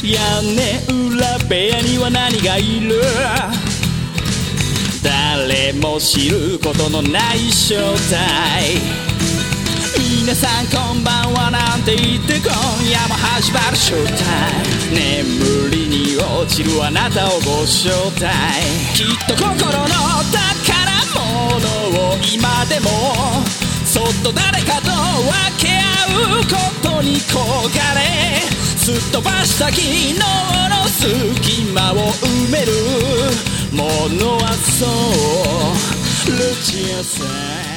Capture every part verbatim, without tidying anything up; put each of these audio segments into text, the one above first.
屋根裏部屋には何がいる？誰も知ることのない正体。皆さんこんばんはなんて言って今夜も始まるショータイム。眠りに落ちるあなたをご招待。きっと心の宝物を今でもそっと誰かと分け合うことに焦がれ、すっ飛ばした昨日の隙間を埋めるものはそうルチアさん。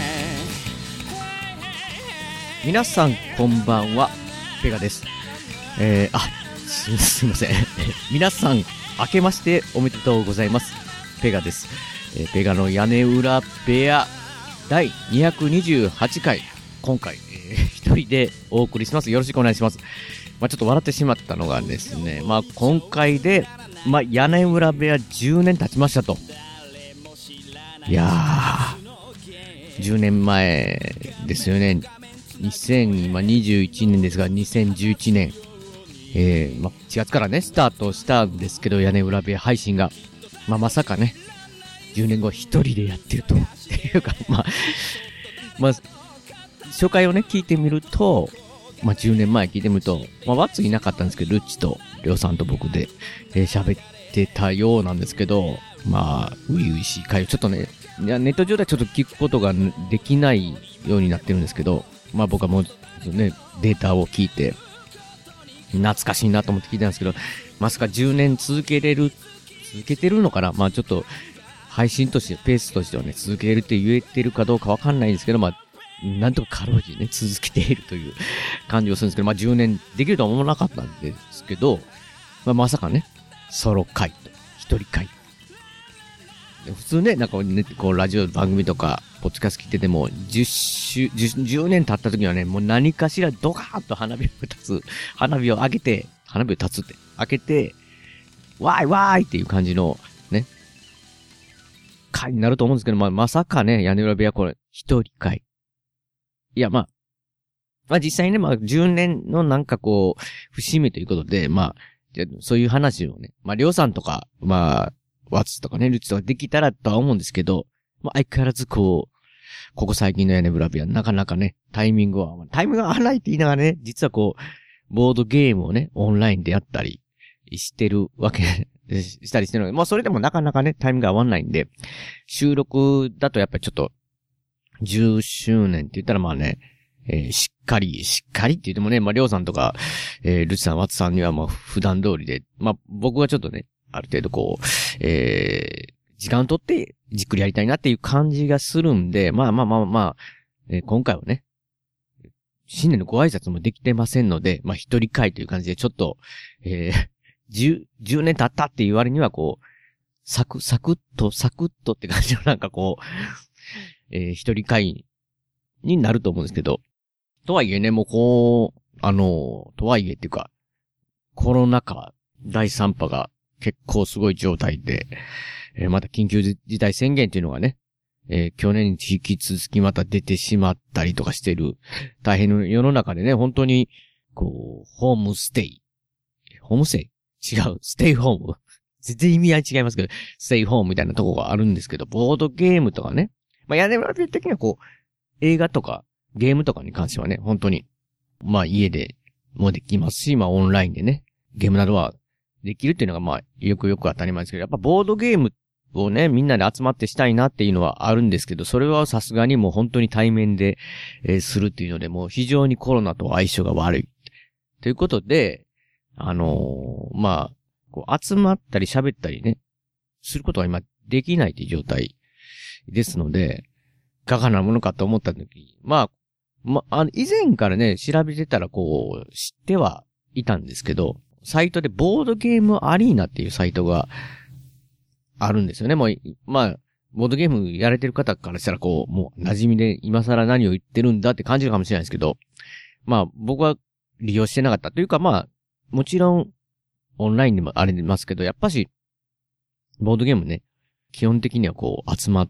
皆さんこんばんは、ペガです。えー、あ、す、すいません。皆さん明けましておめでとうございます。ペガです。えー、ペガの屋根裏部屋だいにひゃくにじゅうはちかい、今回、えー、一人でお送りします。よろしくお願いします。まあちょっと笑ってしまったのがですね、まあ今回で、まあ屋根裏部屋じゅうねん経ちましたと。いやー、じゅうねんまえですよね。にせんにじゅういちねんですが、にせんじゅういちねん、えー、まあしがつからね、スタートしたんですけど、屋根裏部屋配信が、まあまさかね、じゅうねんご一人でやってると。っていうか、まあ、まあ、初回をね、聞いてみると、まあじゅうねんまえ聞いてみると、まあワッツいなかったんですけど、ルッチとリョウさんと僕で、えー、喋ってたようなんですけど、まあ、ういういしい回をちょっとね、いやネット上ではちょっと聞くことができないようになってるんですけど、まあ僕はもうね、データを聞いて、懐かしいなと思って聞いたんですけど、まさかじゅうねん続けれる、続けてるのかな？まあちょっと、配信として、ペースとしてはね、続けれるって言えてるかどうかわかんないんですけど、まあ、なんとかかろうじてね、続けているという感じをするんですけど、まあじゅうねんできるとは思わなかったんですけど、まあまさかね、ソロ回と、一人回。普通ね、なんかね、こう、ラジオ番組とか、ポッドキャスト聞いてても、じゅっしゅう、じゅうねん経った時にはね、もう何かしらドカーッと花火を立つ、花火を上げて、花火を立つって、開けて、わーいわーいっていう感じの、ね、回になると思うんですけど、まあ、まさかね、屋根裏部屋これ、一人回。いや、まあ、まあ実際ね、まあ、じゅうねんのなんかこう、節目ということで、まあ、そういう話をね、まあ、りょうさんとか、まあ、ワッツとかね、ルッチとかできたらとは思うんですけど、まあ、相変わらずこう、ここ最近の屋根裏部屋、なかなかね、タイミングは、タイミングが合わないって言いながらね、実はこう、ボードゲームをね、オンラインでやったりしてるわけ、したりしてるので、まあそれでもなかなかね、タイミングが合わないんで、収録だとやっぱりちょっと、じゅっしゅうねんって言ったらまあね、えー、しっかり、しっかりって言ってもね、まありょうさんとか、えー、ルチさん、ワッツさんにはまあ普段通りで、まあ僕はちょっとね、ある程度こう、えー、時間をとってじっくりやりたいなっていう感じがするんで、まあまあまあまあ、えー、今回はね、新年のご挨拶もできてませんので、まあ一人会という感じでちょっと、えー、十、十年経ったっていう割にはこう、サク、サクッと、サクッとって感じのなんかこう、えー、一人会になると思うんですけど、とはいえね、もうこう、あの、とはいえっていうか、コロナ禍だいさん波が結構すごい状態で、えー、また緊急事態宣言っていうのがね、えー、去年に引き続きまた出てしまったりとかしてる大変な世の中でね、本当に、こう、ホームステイ。ホームステイ違う。ステイホーム。全然意味合い違いますけど、ステイホームみたいなとこがあるんですけど、ボードゲームとかね。まあ、屋根裏部屋的にはこう、映画とか、ゲームとかに関してはね、本当に、まあ家でもできますし、まあオンラインでね、ゲームなどはできるっていうのがまあ、よくよく当たり前ですけど、やっぱボードゲームをね、みんなで集まってしたいなっていうのはあるんですけど、それはさすがにもう本当に対面で、えー、するっていうので、もう非常にコロナと相性が悪い。ということで、あのー、まあ、こう集まったり喋ったりね、することは今できないという状態ですので、いかがなものかと思った時、まあ、まあ、以前からね、調べてたらこう、知ってはいたんですけど、サイトでボードゲームアリーナっていうサイトがあるんですよね。もう、まあ、ボードゲームやれてる方からしたらこう、もう馴染みで今更何を言ってるんだって感じるかもしれないですけど、まあ僕は利用してなかったというか、まあ、もちろんオンラインでもありますけど、やっぱし、ボードゲームね、基本的にはこう集まって、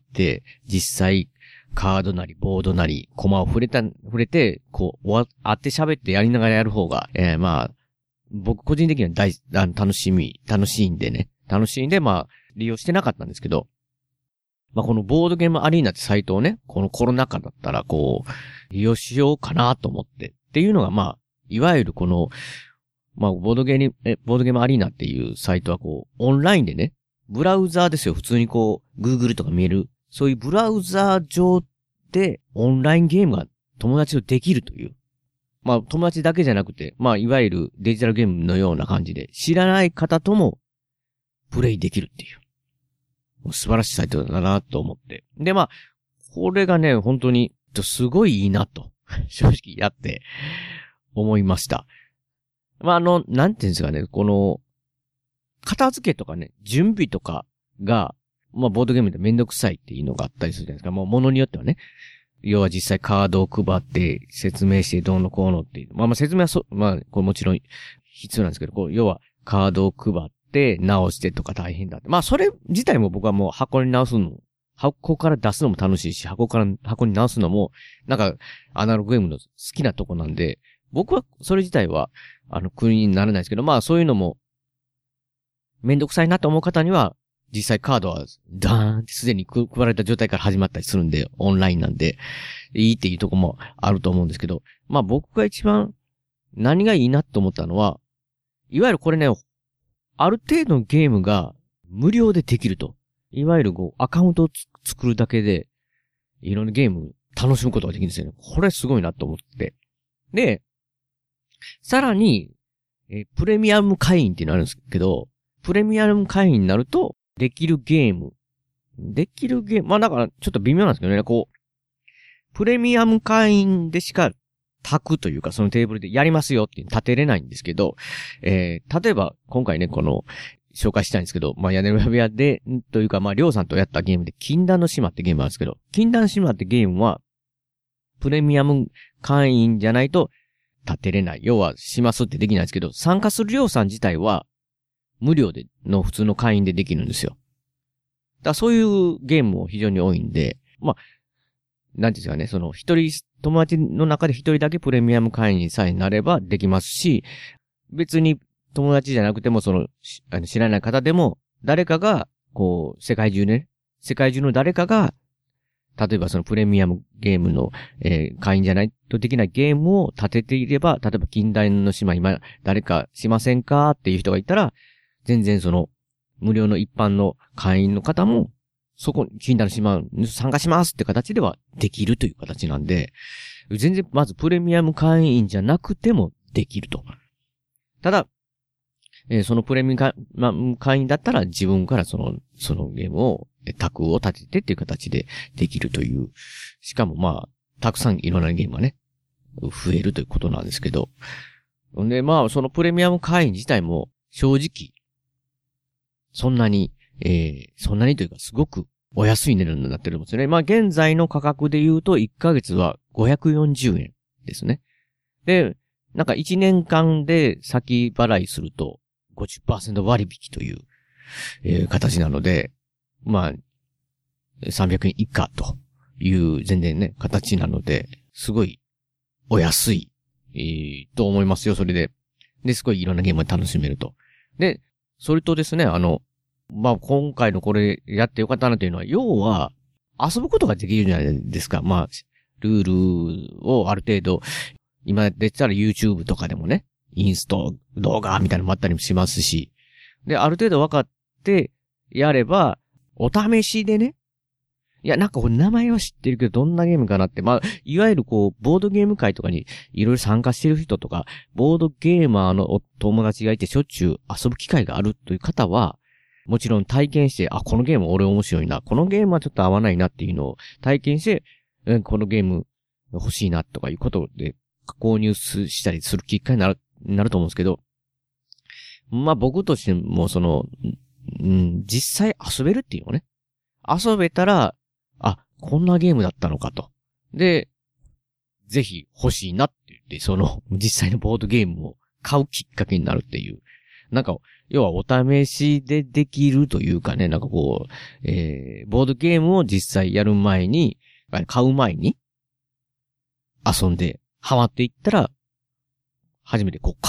実際カードなりボードなり、コマを触れた、触れて、こう、会って喋ってやりながらやる方が、えー、まあ、 僕個人的には大、あの、楽しみ、楽しいんでね。楽しいんで、まあ、利用してなかったんですけど、まあ、このボードゲームアリーナってサイトをね、このコロナ禍だったら、こう、利用しようかなと思って。っていうのが、まあ、いわゆるこの、まあ、ボードゲーム、え、ボードゲームアリーナっていうサイトはこう、オンラインでね、ブラウザーですよ。普通にこう、Google とか見える。そういうブラウザー上で、オンラインゲームが友達とできるという。まあ、友達だけじゃなくて、まあ、いわゆるデジタルゲームのような感じで、知らない方とも、プレイできるっていう。素晴らしいサイトだなと思って。で、まあ、これがね、本当に、すごいいいなと、正直やって、思いました。まあ、あの、なんていうんですかね、この、片付けとかね、準備とかが、まあ、ボードゲームでめんどくさいっていうのがあったりするじゃないですか。もう、ものによってはね。要は実際カードを配って説明してどうのこうのっていう。まあまあ説明はそ、まあこれもちろん必要なんですけど、こう要はカードを配って直してとか大変だって。まあそれ自体も僕はもう箱に直すの、箱から出すのも楽しいし、箱から箱に直すのもなんかアナログゲームの好きなとこなんで、僕はそれ自体はあの国にならないですけど、まあそういうのもめんどくさいなと思う方には、実際カードはダーンってすでに配られた状態から始まったりするんで、オンラインなんで、いいっていうとこもあると思うんですけど、まあ僕が一番何がいいなと思ったのは、いわゆるこれね、ある程度のゲームが無料でできると。いわゆるこうアカウントを作るだけで、いろんなゲーム楽しむことができるんですよね。これすごいなと思って。で、さらに、えプレミアム会員っていうのがあるんですけど、プレミアム会員になると、できるゲーム。できるゲーム。まあだからちょっと微妙なんですけどね、こう、プレミアム会員でしか卓というかそのテーブルでやりますよって立てれないんですけど、えー、例えば今回ね、この、紹介したいんですけど、まあ屋根裏部屋で、というかまありょうさんとやったゲームで、禁断の島ってゲームなんですけど、禁断の島ってゲームは、プレミアム会員じゃないと立てれない。要はしますってできないんですけど、参加するりょうさん自体は、無料での普通の会員でできるんですよ。だからそういうゲームも非常に多いんで、まあ、なんていうんですかね、その一人、友達の中で一人だけプレミアム会員さえなればできますし、別に友達じゃなくてもその、あの知らない方でも、誰かが、こう、世界中ね、世界中の誰かが、例えばそのプレミアムゲームの、えー、会員じゃないとできないゲームを立てていれば、例えば禁断の島今誰かしませんかっていう人がいたら、全然その、無料の一般の会員の方も、そこに禁断の島に参加しますって形ではできるという形なんで、全然まずプレミアム会員じゃなくてもできると。ただ、えー、そのプレミアム会員だったら自分からその、そのゲームを、卓を立ててっていう形でできるという。しかもまあ、たくさんいろんなゲームがね、増えるということなんですけど。で、まあ、そのプレミアム会員自体も正直、そんなに、えー、そんなにというかすごくお安い値段になってるんですよね。まあ現在の価格で言うといっかげつはごひゃくよんじゅうえんですね。で、なんかいちねんかんで先払いすると ごじゅっパーセント 割引という、えー、形なので、まあさんびゃくえん以下という全然ね、形なので、すごいお安い、えー、と思いますよ、それで。で、すごいいろんなゲームを楽しめると。で、それとですね、あの、まあ、今回のこれやってよかったなというのは、要は、遊ぶことができるじゃないですか。まあ、ルールをある程度、今出てたら YouTube とかでもね、インスト動画みたいなのもあったりもしますし、で、ある程度分かってやれば、お試しでね、いや、なんかこれ名前は知ってるけど、どんなゲームかなって、まあ、いわゆるこう、ボードゲーム会とかにいろいろ参加してる人とか、ボードゲーマーのお友達がいてしょっちゅう遊ぶ機会があるという方は、もちろん体験して、あ、このゲーム俺面白いな、このゲームはちょっと合わないなっていうのを体験して、うん、このゲーム欲しいなとかいうことで購入したりするきっかけになる、なると思うんですけど、まあ僕としてもその、うん、実際遊べるっていうのね。遊べたら、あ、こんなゲームだったのかと。で、ぜひ欲しいなって言って、その実際のボードゲームを買うきっかけになるっていう。なんか、要はお試しでできるというかね、なんかこう、えー、ボードゲームを実際やる前に、買う前に、遊んで、ハマっていったら、初めてこう買おうかって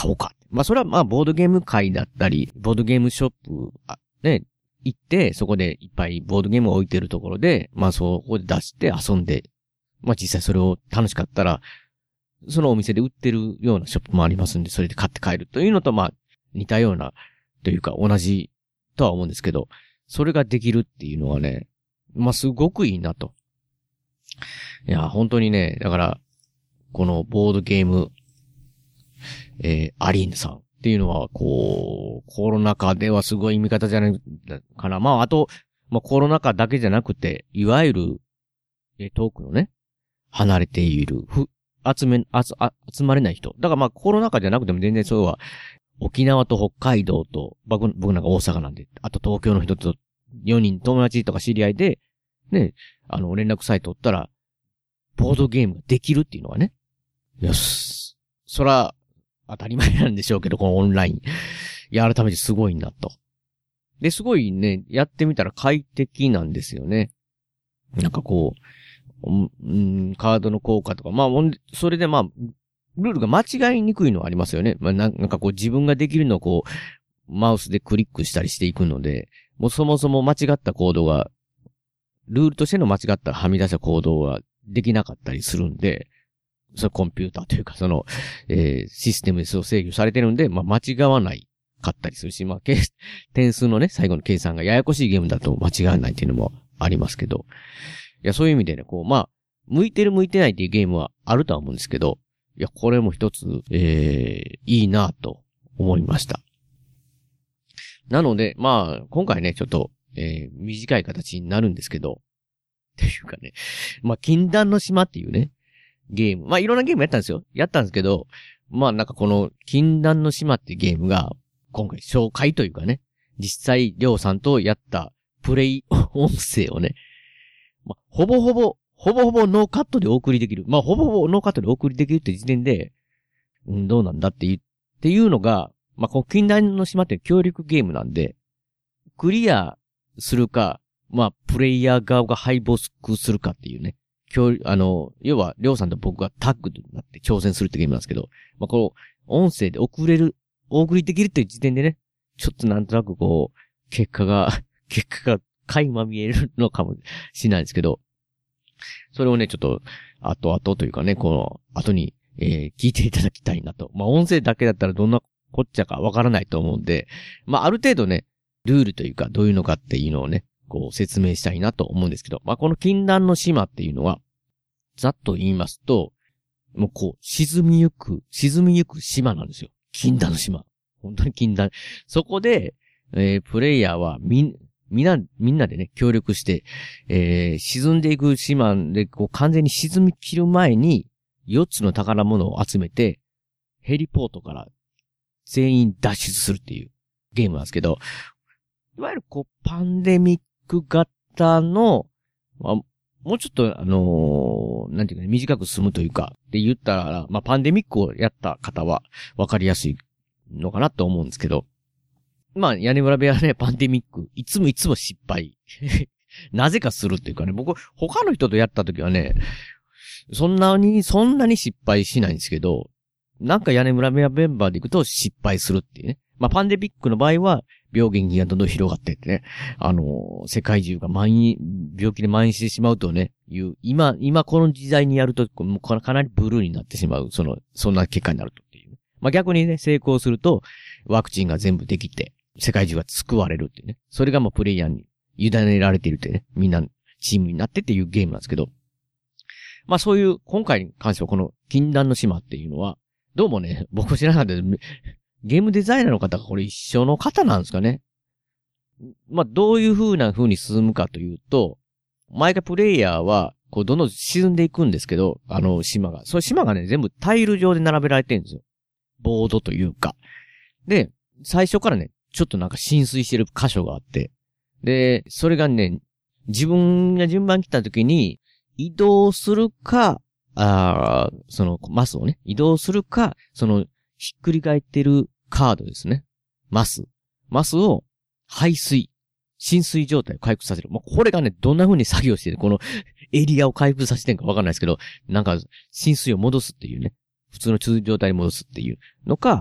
まあそれはまあボードゲーム会だったり、ボードゲームショップ、あね、行って、そこでいっぱいボードゲームを置いてるところで、まあそこで出して遊んで、まあ実際それを楽しかったら、そのお店で売ってるようなショップもありますんで、それで買って帰るというのとまあ似たような、というか同じとは思うんですけど、それができるっていうのはね、まあすごくいいなと。いや、本当にね、だから、このボードゲーム、えー、アリーナさんっていうのは、こう、コロナ禍ではすごい見方じゃないかな。まあ、あと、まあコロナ禍だけじゃなくて、いわゆる、えー、遠くのね、離れている、ふ、集め、あつ、あ、集まれない人。だからまあコロナ禍じゃなくても全然そうは、沖縄と北海道と、僕、僕なんか大阪なんで、あと東京の人とよにん友達とか知り合いで、ね、あの、連絡さえ取ったら、ボードゲームができるっていうのはね。よし。そら、当たり前なんでしょうけど、このオンライン。いや、改めてすごいなと。で、すごいね、やってみたら快適なんですよね。なんかこう、うん、カードの効果とか、まあ、それでまあ、ルールが間違いにくいのはありますよね。まあ、なんかこう自分ができるのをこう、マウスでクリックしたりしていくので、もうそもそも間違ったコードが、ルールとしての間違ったはみ出したコードはできなかったりするんで、それコンピューターというかその、えー、システムでそう制御されてるんで、まあ間違わないかったりするし、まあ、点数のね、最後の計算がややこしいゲームだと間違わないっていうのもありますけど、いや、そういう意味でね、こう、まあ、向いてる向いてないっていうゲームはあるとは思うんですけど、いや、これも一つ、えー、いいなと思いました。なので、まあ、今回ね、ちょっと、えー、短い形になるんですけど、っていうかね、まあ、禁断の島っていうね、ゲーム。まあ、いろんなゲームやったんですよ。やったんですけど、まあ、なんかこの、禁断の島っていうゲームが、今回紹介というかね、実際、りょうさんとやったプレイ音声をね、まあ、ほぼほぼ、ほぼほぼノーカットでお送りできる。まあ、ほぼほぼノーカットでお送りできるって時点で、うん、どうなんだっていう、っていうのが、まあ、この禁断の島って協力ゲームなんで、クリアするか、まあ、プレイヤー側が敗北するかっていうね。協あの、要は、りょうさんと僕がタッグになって挑戦するってゲームなんですけど、まあ、この、音声で送れる、お送りできるっていう時点でね、ちょっとなんとなくこう、結果が、結果が垣間見えるのかもしれないんですけど、それをね、ちょっと、後々というかね、この、後に、えー、聞いていただきたいなと。まあ、音声だけだったらどんなこっちゃかわからないと思うんで、まあ、ある程度ね、ルールというか、どういうのかっていうのをね、こう説明したいなと思うんですけど、まあ、この禁断の島っていうのは、ざっと言いますと、もうこう、沈みゆく、沈みゆく島なんですよ。禁断の島。本当に禁断。そこで、えー、プレイヤーはみん、みんな、みんなでね、協力して、えー、沈んでいく島で、こう、完全に沈み切る前に、よっつの宝物を集めて、ヘリポートから全員脱出するっていうゲームなんですけど、いわゆるこう、パンデミック型の、まあ、もうちょっと、あのー、なんていうかね、短く進むというか、って言ったら、まあ、パンデミックをやった方は分かりやすいのかなと思うんですけど、まあ、屋根裏部屋ね、パンデミック、いつもいつも失敗。なぜかするっていうかね、僕、他の人とやった時はね、そんなに、そんなに失敗しないんですけど、なんか屋根裏部屋メンバーで行くと失敗するっていうね。まあ、パンデミックの場合は、病原菌がどんどん広がっていってね、あのー、世界中が蔓延、病気で蔓延してしまうとね、いう、今、今この時代にやると、もうかなりブルーになってしまう、その、そんな結果になるとっていう。まあ、逆にね、成功すると、ワクチンが全部できて、世界中が救われるっていうね。それがもうプレイヤーに委ねられているってね、みんなチームになってっていうゲームなんですけど、まあそういう、今回に関してはこの禁断の島っていうのは、どうもね、僕知らなかったけど、ゲームデザイナーの方がこれ一緒の方なんですかね。まあどういう風な風に進むかというと、毎回プレイヤーは、こうどんどん沈んでいくんですけど、あの島が。その島がね、全部タイル上で並べられてるんですよ。ボードというか。で、最初からね、ちょっとなんか浸水してる箇所があって。で、それがね、自分が順番来た時に、移動するか、ああ、そのマスをね、移動するか、そのひっくり返ってるカードですね。マス。マスを排水、浸水状態を回復させる。まあ、これがね、どんな風に作業してる、このエリアを回復させてるかわかんないですけど、なんか浸水を戻すっていうね、普通の通常状態に戻すっていうのか、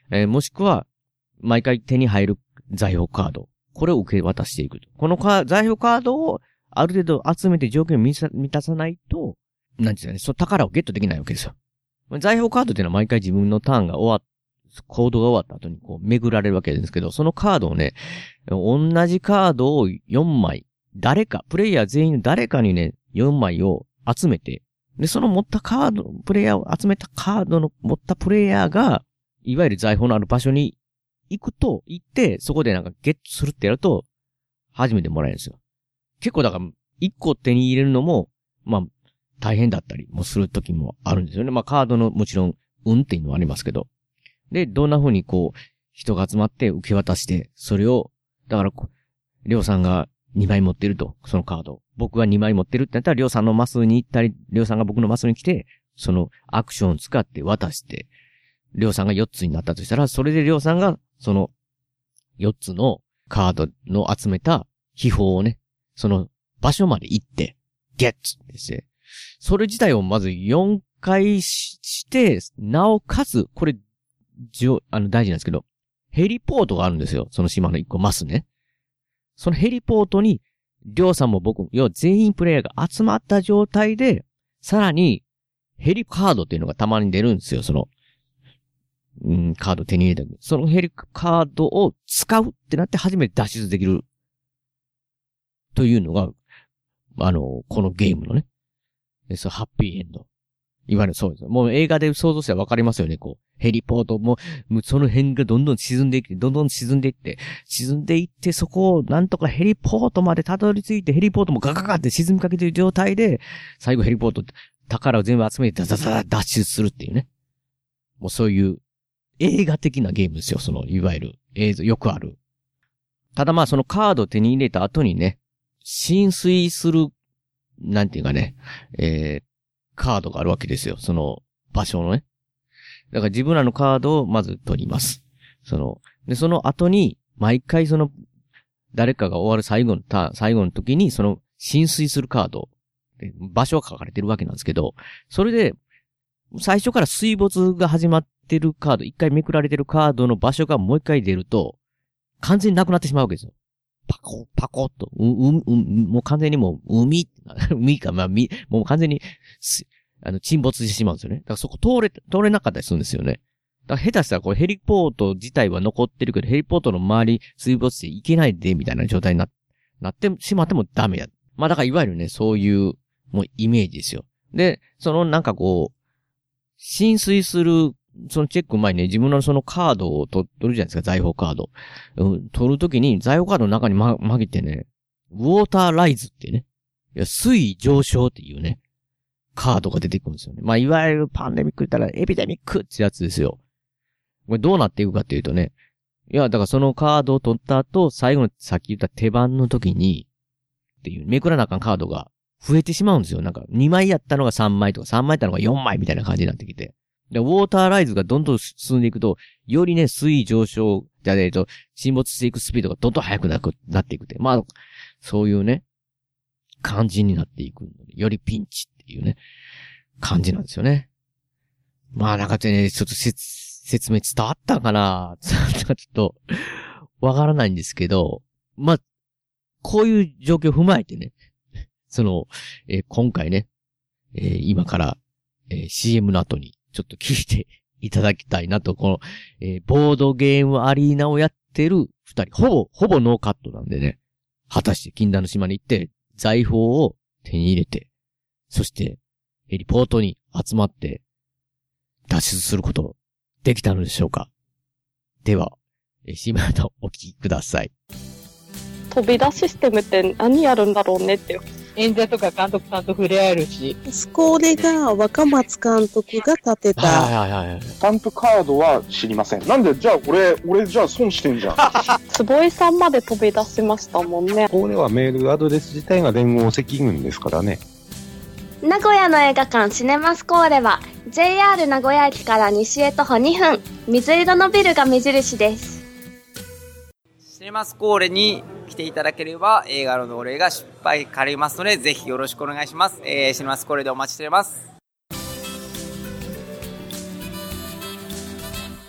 えー、もしくは、毎回手に入る財宝カード。これを受け渡していくと。このカ財宝カードをある程度集めて条件を満たさないと、なんていうかね、その宝をゲットできないわけですよ。財宝カードっていうのは毎回自分のターンが終わっ、行動が終わった後にこう巡られるわけですけど、そのカードをね、同じカードをよんまい、誰か、プレイヤー全員の誰かにね、よんまいを集めて、で、その持ったカード、プレイヤーを集めたカードの持ったプレイヤーが、いわゆる財宝のある場所に行くと、行って、そこでなんかゲットするってやると、初めてもらえるんですよ。結構だから、一個手に入れるのも、まあ、大変だったりもする時もあるんですよね。まあ、カードのもちろん、運っていうのはありますけど。で、どんな風にこう、人が集まって受け渡して、それを、だから、りょうさんがにまい持ってると、そのカード。僕がにまい持ってるってなったら、りょうさんのマスに行ったり、りょうさんが僕のマスに来て、そのアクションを使って渡して、りょうさんがよっつになったとしたら、それでりょうさんが、その、よっつのカードの集めた秘宝をね、その場所まで行って、ゲッツですね。それ自体をまずよんかい し, して、なおかつ、これ、じょ、あの大事なんですけど、ヘリポートがあるんですよ。その島のいっこマスね。そのヘリポートに、りょうさんも僕も、要は全員プレイヤーが集まった状態で、さらに、ヘリカードっていうのがたまに出るんですよ。その、うん、カード手に入れた。そのヘリカードを使うってなって初めて脱出できる。というのが、あの、このゲームのね。そう、ハッピーエンド。いわゆるそうです。もう映画で想像したらわかりますよね。こう、ヘリポートも、その辺がどんどん沈んでいって、どんどん沈んでいって、沈んでいって、そこをなんとかヘリポートまでたどり着いて、ヘリポートもガガガって沈みかけている状態で、最後ヘリポート、宝を全部集めて、ダダダダ脱出するっていうね。もうそういう映画的なゲームですよ。その、いわゆる映像、よくある。ただまあそのカードを手に入れた後にね、浸水する、なんていうかね、えー、カードがあるわけですよ。その場所のね。だから自分らのカードをまず取ります。その、で、その後に、毎回その、誰かが終わる最後のターン、最後の時に、その、浸水するカード、場所が書かれてるわけなんですけど、それで、最初から水没が始まってるカード、一回めくられてるカードの場所がもう一回出ると、完全になくなってしまうわけですよ。パコ、パコっと、う、う、う、もう完全にもう、海、海か、まあ、み、もう完全に、あの、沈没してしまうんですよね。だからそこ通れ、通れなかったりするんですよね。だから下手したらこうヘリポート自体は残ってるけど、ヘリポートの周り水没していけないで、みたいな状態にな、なってしまってもダメや。まあだからいわゆるね、そういう、もうイメージですよ。で、そのなんかこう、浸水する、そのチェック前にね、自分のそのカードを取るじゃないですか、財宝カード。うん、取るときに、財宝カードの中にま、紛ってね、ウォーターライズってね、いや、水位上昇っていうね、カードが出てくるんですよね。まあ、いわゆるパンデミック言ったら、エピデミックってやつですよ。これどうなっていくかっていうとね、いや、だからそのカードを取った後、最後のさっき言った手番の時に、っていう、めくらなあかんカードが増えてしまうんですよ。なんか、にまいやったのがさんまいとか、さんまいやったのがよんまいみたいな感じになってきて。で、ウォーターライズがどんどん進んでいくと、よりね、水位上昇じゃねえと、沈没していくスピードがどんどん速くなくなっていくって。まあ、そういうね、感じになっていくので、よりピンチっていうね、感じなんですよね。まあ、なんかね、ちょっと説明伝わったかなちょっと、わからないんですけど、まあ、こういう状況を踏まえてね、その、えー、今回ね、えー、今から、えー、シーエム の後にちょっと聞いていただきたいなと、この、えー、ボードゲームアリーナをやってる二人、ほぼ、ほぼノーカットなんでね、果たして禁断の島に行って、財宝を手に入れて、そして、ヘリポートに集まって、脱出することできたのでしょうか。では、えー、シーエム の後お聞きください。 飛び出システムって何やるんだろうねって。 演者とか監督さんと触れ合えるし。 これが若松監督が立てた。 はいはいはい。スタンプカードは知りません。なんでじゃあ俺、俺じゃあ損してんじゃん。 坪井さんまで飛び出しましたもんね。 これはメールアドレス自体が連合赤軍ですからね。 名古屋の映画館シネマスコーレは ジェイアール 名古屋駅から西へ徒歩にふん、水色のビルが目印です。 シネマスコーレに来ていただければ映画の同例が失敗かりますので、ぜひよろしくお願いします。えー、シネマスコーレでお待ちしております。 地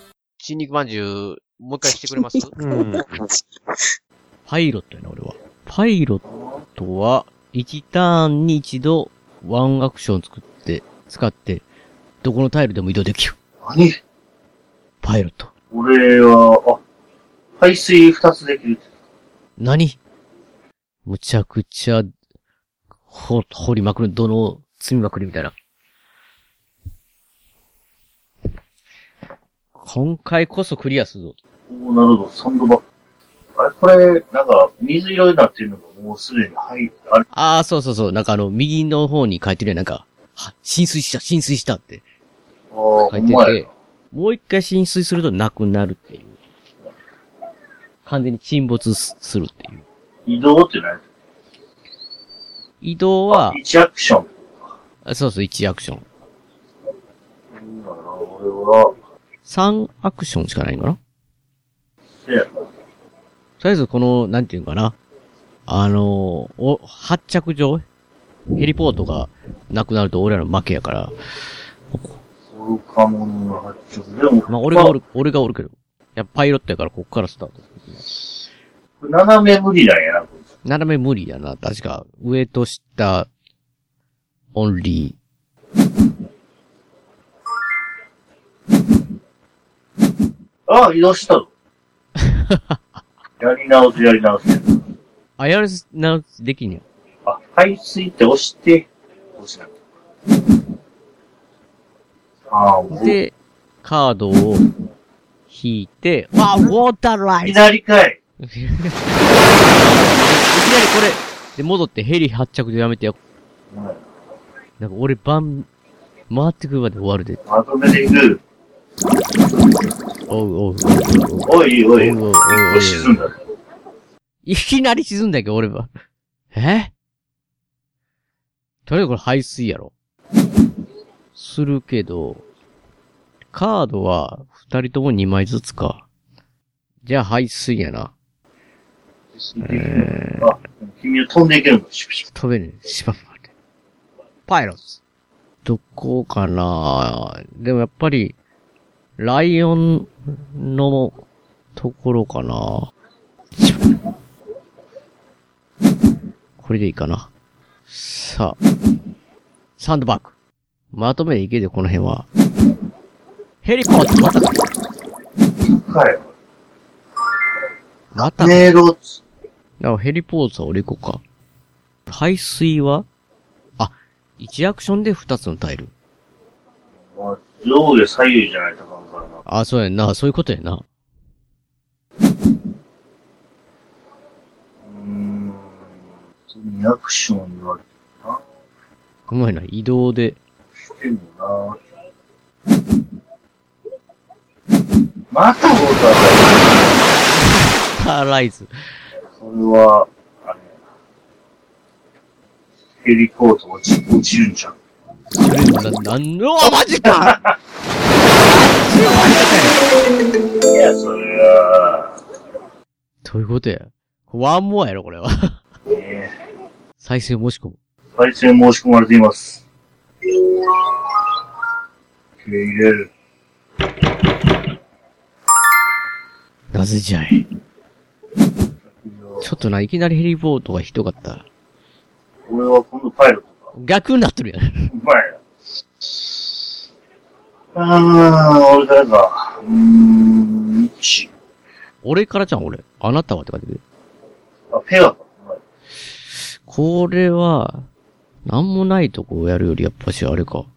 新肉まんじゅう、もう一回してくれます？うん。 パイロットやな、俺は。パイロットは、いちターンに一度、ワンアクション作って、使って、どこのタイルでも移動できる。 何？ パイロット。 俺は、あ、排水二つできる。 何？むちゃくちゃ、ほ、掘りまくる、どの、積みまくりみたいな。今回こそクリアするぞ。 おー、なるほど、サンドバッグ。あれ、これ、なんか、水色になってるのがもうすでに入って、あれああ、そうそうそう。なんかあの、右の方に書いてるやん、なんか、は、浸水した、浸水したって。書いてて、もう一回浸水するとなくなるっていう。完全に沈没するっていう。 移動って何？ 移動は、 いちアクション。 そうそう、いちアクション。 うん、だから俺は、 さんアクションしかないのかな？ せやな。 とりあえずこの、なんていうのかな。あのー、お、発着場ヘリポートがなくなると俺らの負けやから。 愚か者の発着。でも、 まあ、俺がおる、俺がおるけど。やっぱパイロットやからこっからスタート。 これ斜め無理なんやな、こいつ。 斜め無理やな。確か、上と下、オンリー。ああ、移動したぞ。やり直す、やり直す。 あ、やる直す、できんや。 あ、排水って押して、押しなきゃ。ああ、 で、カードを引いて、あ、ウォーターライズ左かい。 いきなりこれ、で、戻ってヘリ発着でやめてよ。 うん、 なんか俺番、回ってくるまで終わるで。 まとめていく。 おうおうおうおいおい。 おうおうおうおい。沈んだ。 いきなり沈んだけど俺は。えとりあえずこれ排水やろ。するけど、カードは二人とも二枚ずつか。じゃあ排水やな。 えー、あ、君は飛んでいけるの？シュプシュプ。 飛べるね。しばばって。パイロット。どこかな？でもやっぱり、ライオンのところかな。これでいいかな。さあ。サンドバッグ。まとめでいけで、この辺は。ヘリポート、またか。 はい。 また。 メールをつ。 ヘリポートは俺行こうか。排水はあ、いちアクションでふたつのタイル。 まあ、上下左右じゃないとかんからな。 あ、そうやんな。そういうことやな。 うーん。にアクション言われてるな。 うまいな。移動で。 してんのな。またウォーターライズ。 ウォーターライズ。 それは、あれやな。ヘリポート落ち、落ちるんじゃん。 それな、なんの、あ、マジかいや、それは。 どういうことや。ワンモアやろ、これは。 ねえ。 再生申し込む。 再生申し込まれています。受け入れる。 なぜじゃい。ちょっとな、いきなりヘリポートがひどかった。 俺は今度パイロットか。 逆になってるやん。 うまいな。あー、俺誰か。うーん、一。 俺からじゃん、俺。あなたはって書いてくれ。 あ、ペガか。 これは、なんもないとこをやるよりやっぱしあれか。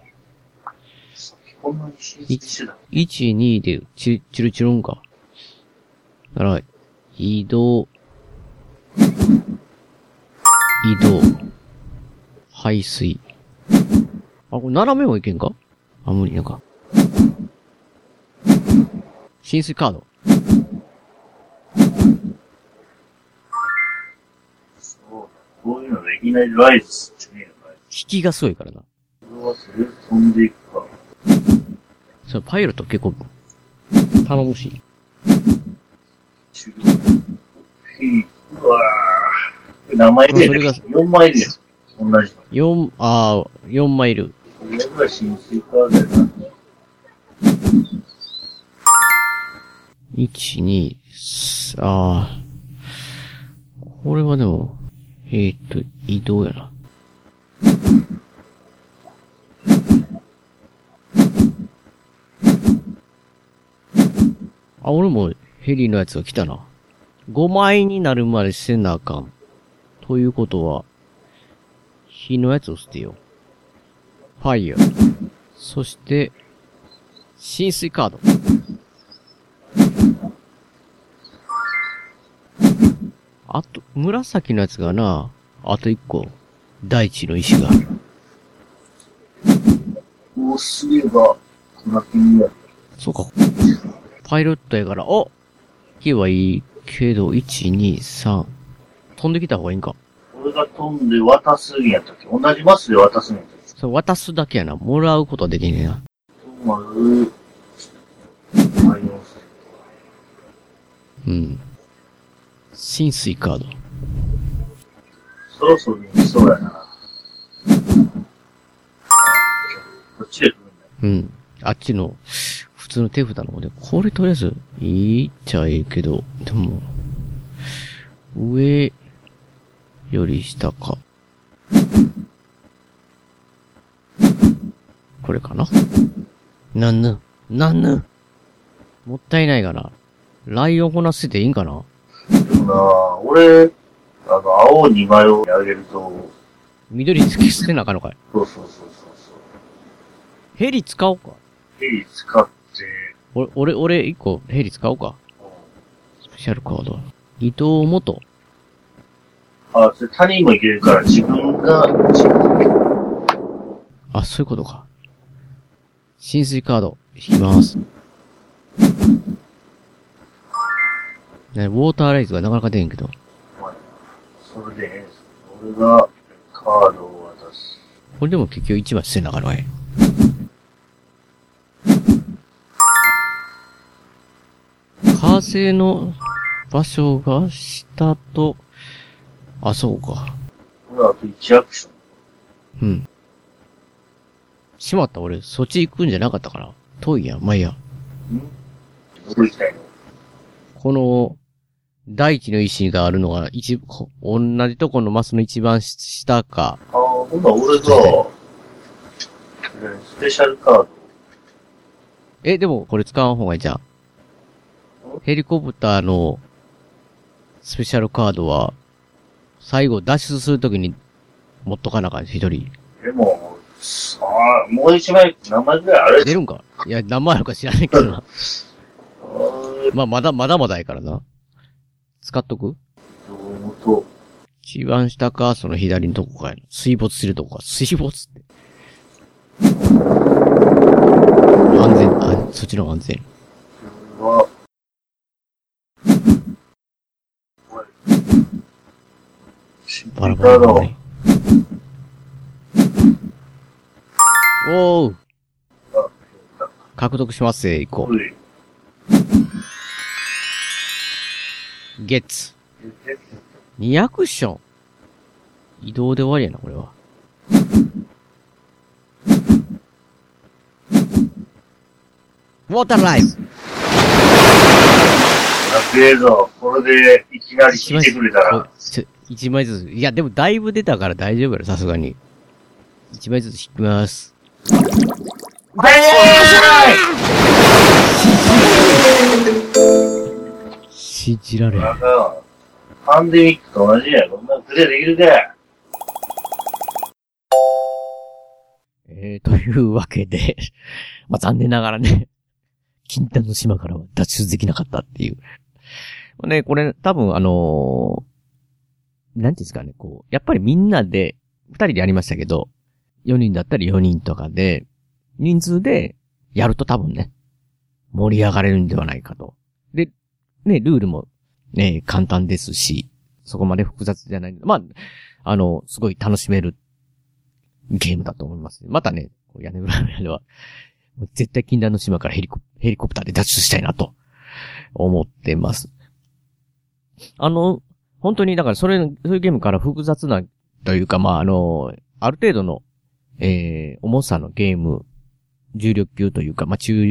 こんなに進出してた。 いち、にでチチルチルンか。だから、移動、移動、排水。あ、これ斜めもいけんか？あ、無理なんか。浸水カード。 こういうのでいきなりライズすんじゃねえよ、ライ引きがすごいからな。 ズ。これはそれ飛んでいくか。 それパイロット結構、頼もしい。 中央。うわぁ。名前で、ね、よんまいで、同じ。 よん、ああ、よんまいいる。 これぐらい浸水カードやな。 いち、に、ああ。これはでも、えー、っと、移動やな。あ、俺もヘリのやつが来たな。ごまいになるまでせなあかん。ということは、火のやつを捨てよう。ファイヤー。そして、浸水カード。あと、紫のやつがな、あと一個、大地の石がある。 こうすれば、こんな気になる。 そうか。パイロットやから、お！行けばいいけど、いち、に、さん。飛んできた方がいいんか。 俺が飛んで渡すんやったっけ？同じマスで渡すんやったっけ？ そう、渡すだけやな。もらうことはできねえな。 まる、 うん。浸水カード。 そろそろ来そうやな。こっちで来るんだよ。 うん。あっちの、普通の手札の方で、これとりあえず、いいっちゃいいけど、でも、上より下か。これかな？なんぬなんぬもったいないかな。ライオンこなせていいんかな？ でもなぁ、俺、あの、青にまいをあげると、 緑付け捨てなあかんのかい？ そうそうそうそうそう。 ヘリ使おうか。 ヘリ使って、 俺、俺、俺、一個ヘリ使おうか。スペシャルカード。移動元。 あ、それ他人もいけるから自分が、自分あ、そういうことか。浸水カード、引きます。ね、ウォーターライズがなかなか出んけど。 それで、俺がカードを渡す。 これでも結局一枚捨てなあかんのかい。火星の場所が下と、あ、そうか。 これあといちアクション。 うん。しまった、俺、そっち行くんじゃなかったかな。遠いやん、まあいいや。 んどこ行きたいの？ この、大地の石があるのが、一、同じとこのマスの一番下か。 ああ、ほんなら俺が、スペシャルカード。 え、でもこれ使わん方がいいじゃん。ヘリコプターのスペシャルカードは、最後脱出するときに持っとかなあかん、一人。 でも、さあ、もう一枚、何枚ぐらいある？ 出るんか？いや、何枚あるか知らないけどな。まあ、まだ、まだまだやからな。使っとく？一番下か、その左のとこかや。水没するとこか。水没って。安全、あ、そっちの方が安全。バラバラバラ。おー。獲得しますぜ、行こう。ゲッツ。にアクション。移動で終わりやな、これは。ウォーターライズ。 やべえぞ。これで、いきなり引いてくれたら。 一枚ずつ。いや、でもだいぶ出たから大丈夫やろ、さすがに。一枚ずつ引きます。 バイ信じられん。 パンデミックと同じや。こんなクリアできるか。 えー、というわけで、まあ、残念ながらね、禁断の島からは脱出できなかったっていう。ね、これ多分あのー、なんていうんですかね、こう、やっぱりみんなで、二人でやりましたけど、よにんだったりよにんとかで、人数でやると多分ね、盛り上がれるんではないかと。で、ね、ルールもね、簡単ですし、そこまで複雑じゃない。まあ、あの、すごい楽しめるゲームだと思います。またね、屋根裏では、絶対禁断の島からヘリコ、ヘリコプターで脱出したいなと思ってます。あの、本当に、だからそれ、そういうゲームから複雑な、というか、まあ、あの、ある程度の、えー、重さのゲーム、重量級というか、まあ、中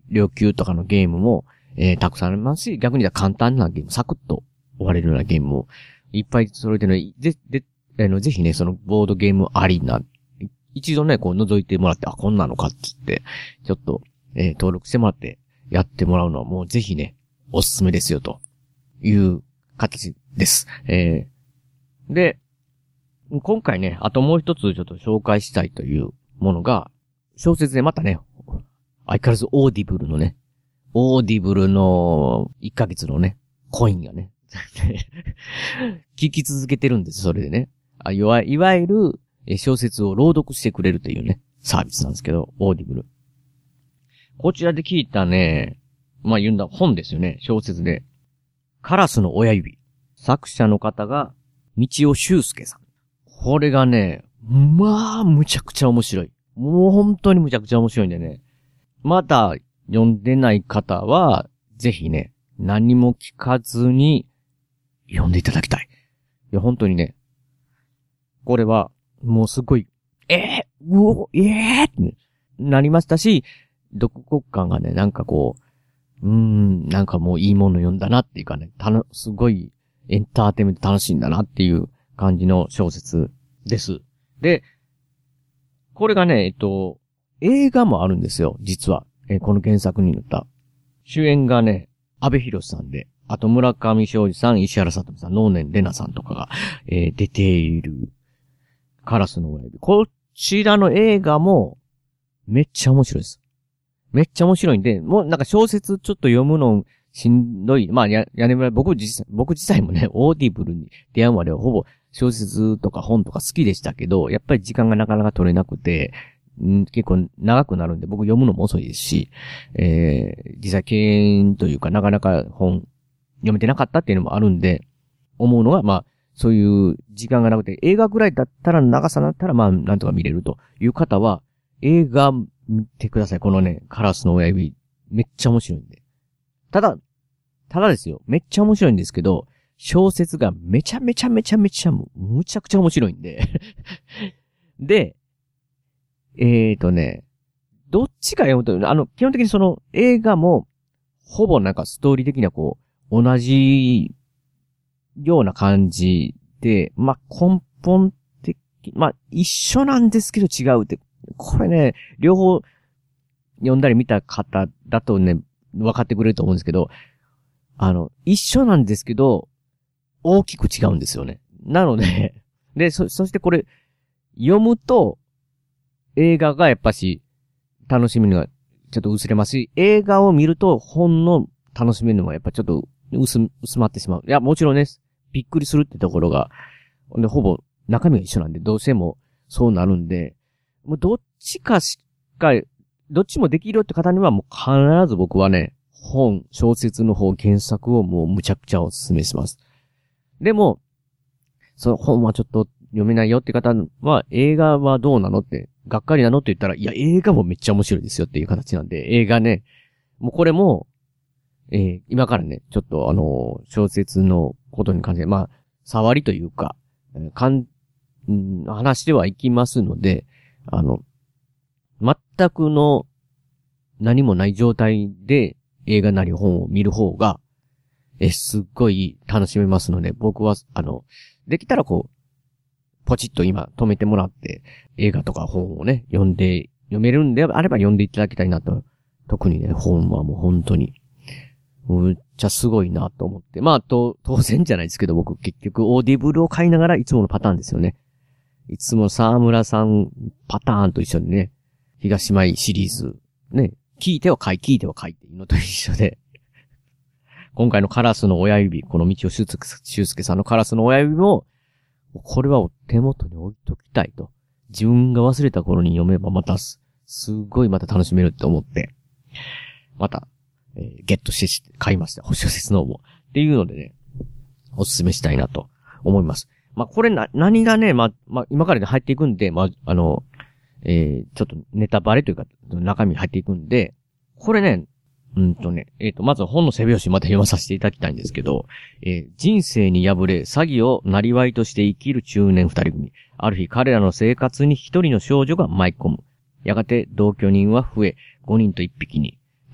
両級とかのゲームも、えー、たくさんありますし、逆に言ったら簡単なゲーム、サクッと終われるようなゲームもいっぱい揃えてるので、ぜ、で、あの、ぜひね、そのボードゲームアリーナ、一度ね、こう覗いてもらって、あ、こんなのかって言って、ちょっと、えー、登録してもらって、やってもらうのはもうぜひね、おすすめですよ、という形です。えー、で、今回ね、あともう一つちょっと紹介したいというものが、小説でまたね、相変わらずオーディブルのね、オーディブルのいっかげつのね、コインがね、聞き続けてるんです、それでね。あいわいわゆる小説を朗読してくれるというね、サービスなんですけど、オーディブル。こちらで聞いたね、まあ言うんだ、本ですよね、小説で。カラスの親指。作者の方が、道尾修介さん。これがね、まあ、むちゃくちゃ面白い。もう本当にむちゃくちゃ面白いんでね。まだ読んでない方は、ぜひね、何も聞かずに読んでいただきたい。いや、本当にね、これは、もうすごい、えー、うお、えーってなりましたし、読後感がね、なんかこう、うーん、なんかもういいもの読んだなっていうかね、たの、すごいエンターテインメント楽しいんだなっていう感じの小説です。で、これがね、えっと、映画もあるんですよ、実は。えー、この原作に載った。主演がね、阿部寛さんで、あと村上昌司さん、石原さとみさん、能年玲奈さんとかが、えー、出ている、カラスの親指。こちらの映画も、めっちゃ面白いです。めっちゃ面白いんで、もうなんか小説ちょっと読むのしんどい。まあ、や、やねむら、僕自体、僕自体もね、オーディブルに出会うまではほぼ小説とか本とか好きでしたけど、やっぱり時間がなかなか取れなくて、ん結構長くなるんで、僕読むのも遅いですし、えー、実際敬遠というかなかなか本読めてなかったっていうのもあるんで、思うのが、まあ、そういう時間がなくて、映画ぐらいだったら長さだったら、まあ、なんとか見れるという方は、映画見てください。このね、カラスの親指、めっちゃ面白いんで。ただ、ただですよ、めっちゃ面白いんですけど、小説がめちゃめちゃめちゃめちゃむ、むちゃくちゃ面白いんで。で、えーとね、どっちか読むと、あの、基本的にその映画も、ほぼなんかストーリー的にはこう、同じような感じで、まあ、根本的、まあ、一緒なんですけど違うって、これね、両方読んだり見た方だとね、分かってくれると思うんですけど、あの、一緒なんですけど、大きく違うんですよね。なので、で、そ、そしてこれ、読むと、映画がやっぱし、楽しみのがちょっと薄れますし、映画を見ると本の楽しみのがやっぱちょっと薄、薄まってしまう。いや、もちろんね、びっくりするってところが、でほぼ中身が一緒なんで、どうしてもそうなるんで、もうどっちかしか、どっちもできるよって方にはもう必ず僕はね、本、小説の方、原作をもうむちゃくちゃお勧めします。でも、その本はちょっと読めないよって方は、映画はどうなのって、がっかりなのって言ったら、いや、映画もめっちゃ面白いですよっていう形なんで、映画ね、もうこれも、えー、今からね、ちょっとあのー、小説のことに関して、まあ、触りというか、えー、かん、ん、話してはいきますので、あの、全くの何もない状態で映画なり本を見る方が、えー、すっごい楽しめますので、僕は、あの、できたらこう、ポチッと今止めてもらって、映画とか本をね、読んで、読めるんであれば読んでいただきたいなと。特にね、本はもう本当に、むっちゃすごいなと思って。まあ、と、当然じゃないですけど、僕結局オーディブルを買いながらいつものパターンですよね。いつも沢村さんパターンと一緒にね、東舞シリーズ、ね、聞いては買い、聞いては買いっていうのと一緒で。今回のカラスの親指、この道尾修介さんのカラスの親指も、これはお手元に置いときたいと。自分が忘れた頃に読めばまたす、すごいまた楽しめるって思って、また、えー、ゲットして買いました。小説の方も。っていうのでね、おすすめしたいなと思います。まあ、これな、何がね、まあ、まあ、今からで入っていくんで、まあ、あの、えー、ちょっとネタバレというか、中身入っていくんで、これね、うんとね、えっと、まず本の背表紙また読まさせていただきたいんですけど、えー、人生に敗れ、詐欺を生業として生きる中年二人組。ある日、彼らの生活に一人の少女が舞い込む。やがて同居人は増え、五人と一匹に。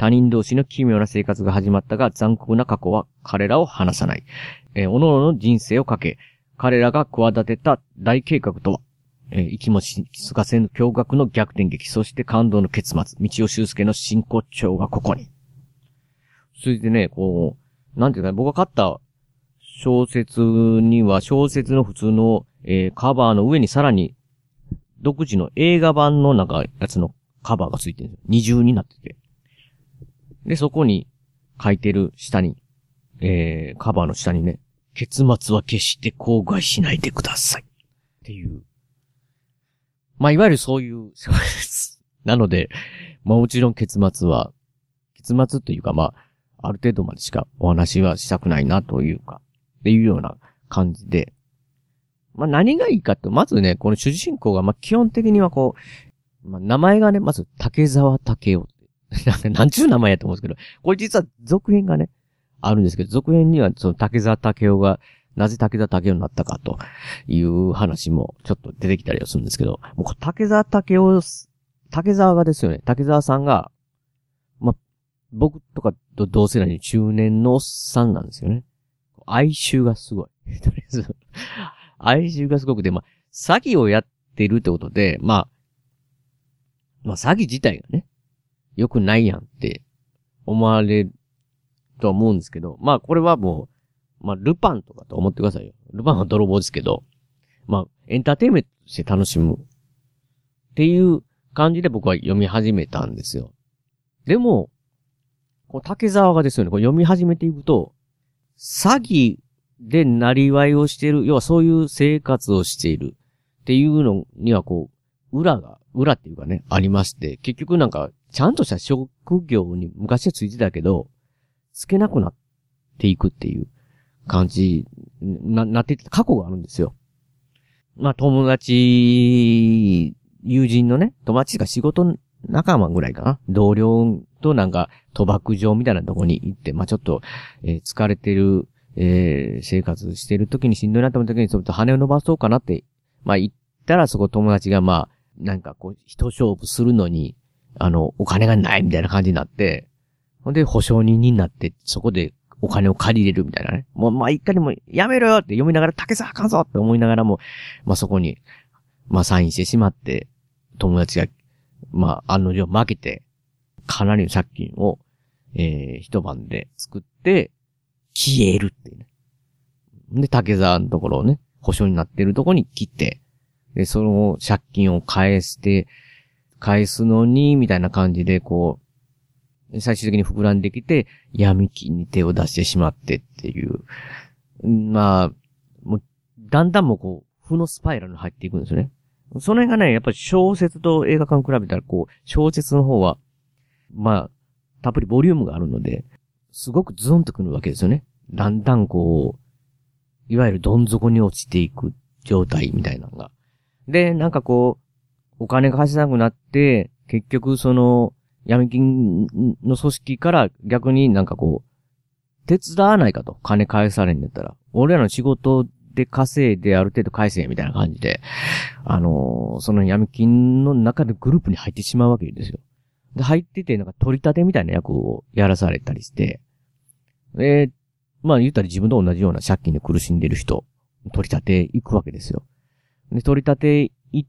他人同士の奇妙な生活が始まったが、残酷な過去は彼らを離さない。えー、各々の人生をかけ、彼らが企てた大計画とは、えー、生きもしつかせぬ驚愕の逆転劇、そして感動の結末、道尾修介の真骨頂がここに。それでね、こう、なんていうか、僕が買った小説には、小説の普通の、えー、カバーの上にさらに、独自の映画版のなんかやつのカバーがついてるんですよ。二重になってて。で、そこに書いてる下に、えー、カバーの下にね、結末は決して口外しないでください。っていう。まあ、いわゆるそういう、なので、まあもちろん結末は、結末というかまあ、ある程度までしかお話はしたくないなというか、っていうような感じで。まあ何がいいかと、まずね、この主人公がまあ基本的にはこう、まあ名前がね、まず竹沢竹雄って。なんちゅう名前やと思うんですけど、これ実は続編がね、あるんですけど、続編にはその竹沢竹雄が、なぜ竹沢竹雄になったかという話もちょっと出てきたりはするんですけど、もう竹沢竹雄、竹沢がですよね、竹沢さんが、まあ、僕とかと同世代に中年のおっさんなんですよね。哀愁がすごい。とりあえず、哀愁がすごくて、まあ、詐欺をやってるってことで、まあ、まあ、詐欺自体がね、良くないやんって思われるとは思うんですけど、まあ、これはもう、まあ、ルパンとかと思ってくださいよ。ルパンは泥棒ですけど、まあ、エンターテインメントとして楽しむっていう感じで僕は読み始めたんですよ。でも、こう竹沢がですよね、こう読み始めていくと、詐欺でなりわいをしている、要はそういう生活をしているっていうのにはこう、裏が、裏っていうかね、ありまして、結局なんか、ちゃんとした職業に昔はついてたけど、つけなくなっていくっていう感じな、なっていった過去があるんですよ。まあ友達、友人のね、友達が仕事仲間ぐらいかな。同僚となんか賭博場みたいなとこに行って、まあちょっと、えー、疲れてる、えー、生活してる時にしんどいなと思った時にちょっと羽を伸ばそうかなって、まあ言ったらそこ友達がまあ、なんかこう、一勝負するのに、あの、お金がないみたいな感じになって、ほんで保証人になって、そこでお金を借りれるみたいなね。もうまあ一回でもやめろよって読みながら竹沢あかんぞって思いながらも、まあそこに、まあサインしてしまって、友達が、まあ案の定負けて、かなりの借金を、えー、一晩で作って、消えるっていうね。で、竹沢のところをね、保証になってるところに切って、で、その借金を返して、返すのに、みたいな感じで、こう、最終的に膨らんできて、闇金に手を出してしまってっていう。まあ、もう、だんだんもこう、負のスパイラルに入っていくんですよね。その辺がね、やっぱり小説と映画館比べたら、こう、小説の方は、まあ、たっぷりボリュームがあるので、すごくズンとくるわけですよね。だんだんこう、いわゆるどん底に落ちていく状態みたいなのが。で、なんかこう、お金が貸せなくなって、結局その、闇金の組織から逆になんかこう、手伝わないかと。金返されんねったら。俺らの仕事で稼いである程度返せみたいな感じで、あのー、その闇金の中でグループに入ってしまうわけですよ。で、入っててなんか取り立てみたいな役をやらされたりして、で、まあ言ったら自分と同じような借金で苦しんでる人、取り立て行くわけですよ。で、取り立て行って、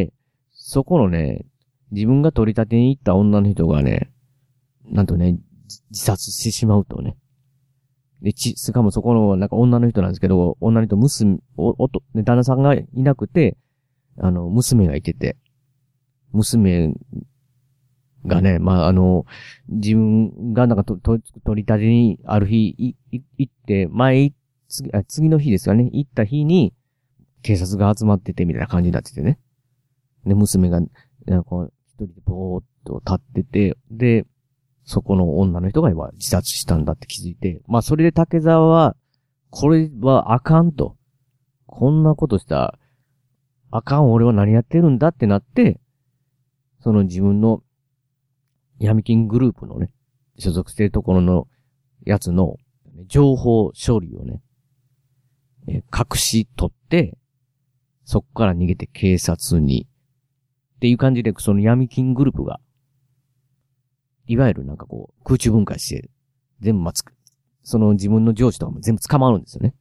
そこのね、自分が取り立てに行った女の人がね、なんとね、自殺してしまうとね。で、ち、しかもそこの、なんか女の人なんですけど、女の人、娘、お、おと、ね、旦那さんがいなくて、あの、娘がいてて、娘がね、まあ、あの、自分がなんかと、と、取り立てにある日、い、い、行って、前、次、あ、次の日ですかね、行った日に、警察が集まってて、みたいな感じになっててね。で、娘が、なんか、一人でぼーっと立ってて、で、そこの女の人が今自殺したんだって気づいて、まあそれで竹沢は、これはあかんと。こんなことしたら、あかん俺は何やってるんだってなって、その自分の闇金グループのね、所属してるところのやつの情報処理をね、え隠し取って、そこから逃げて警察に、っていう感じで、その闇金グループが、 いわゆるなんかこう、空中分解して、全部まあつく、その自分の上司とかも全部捕まるんですよね。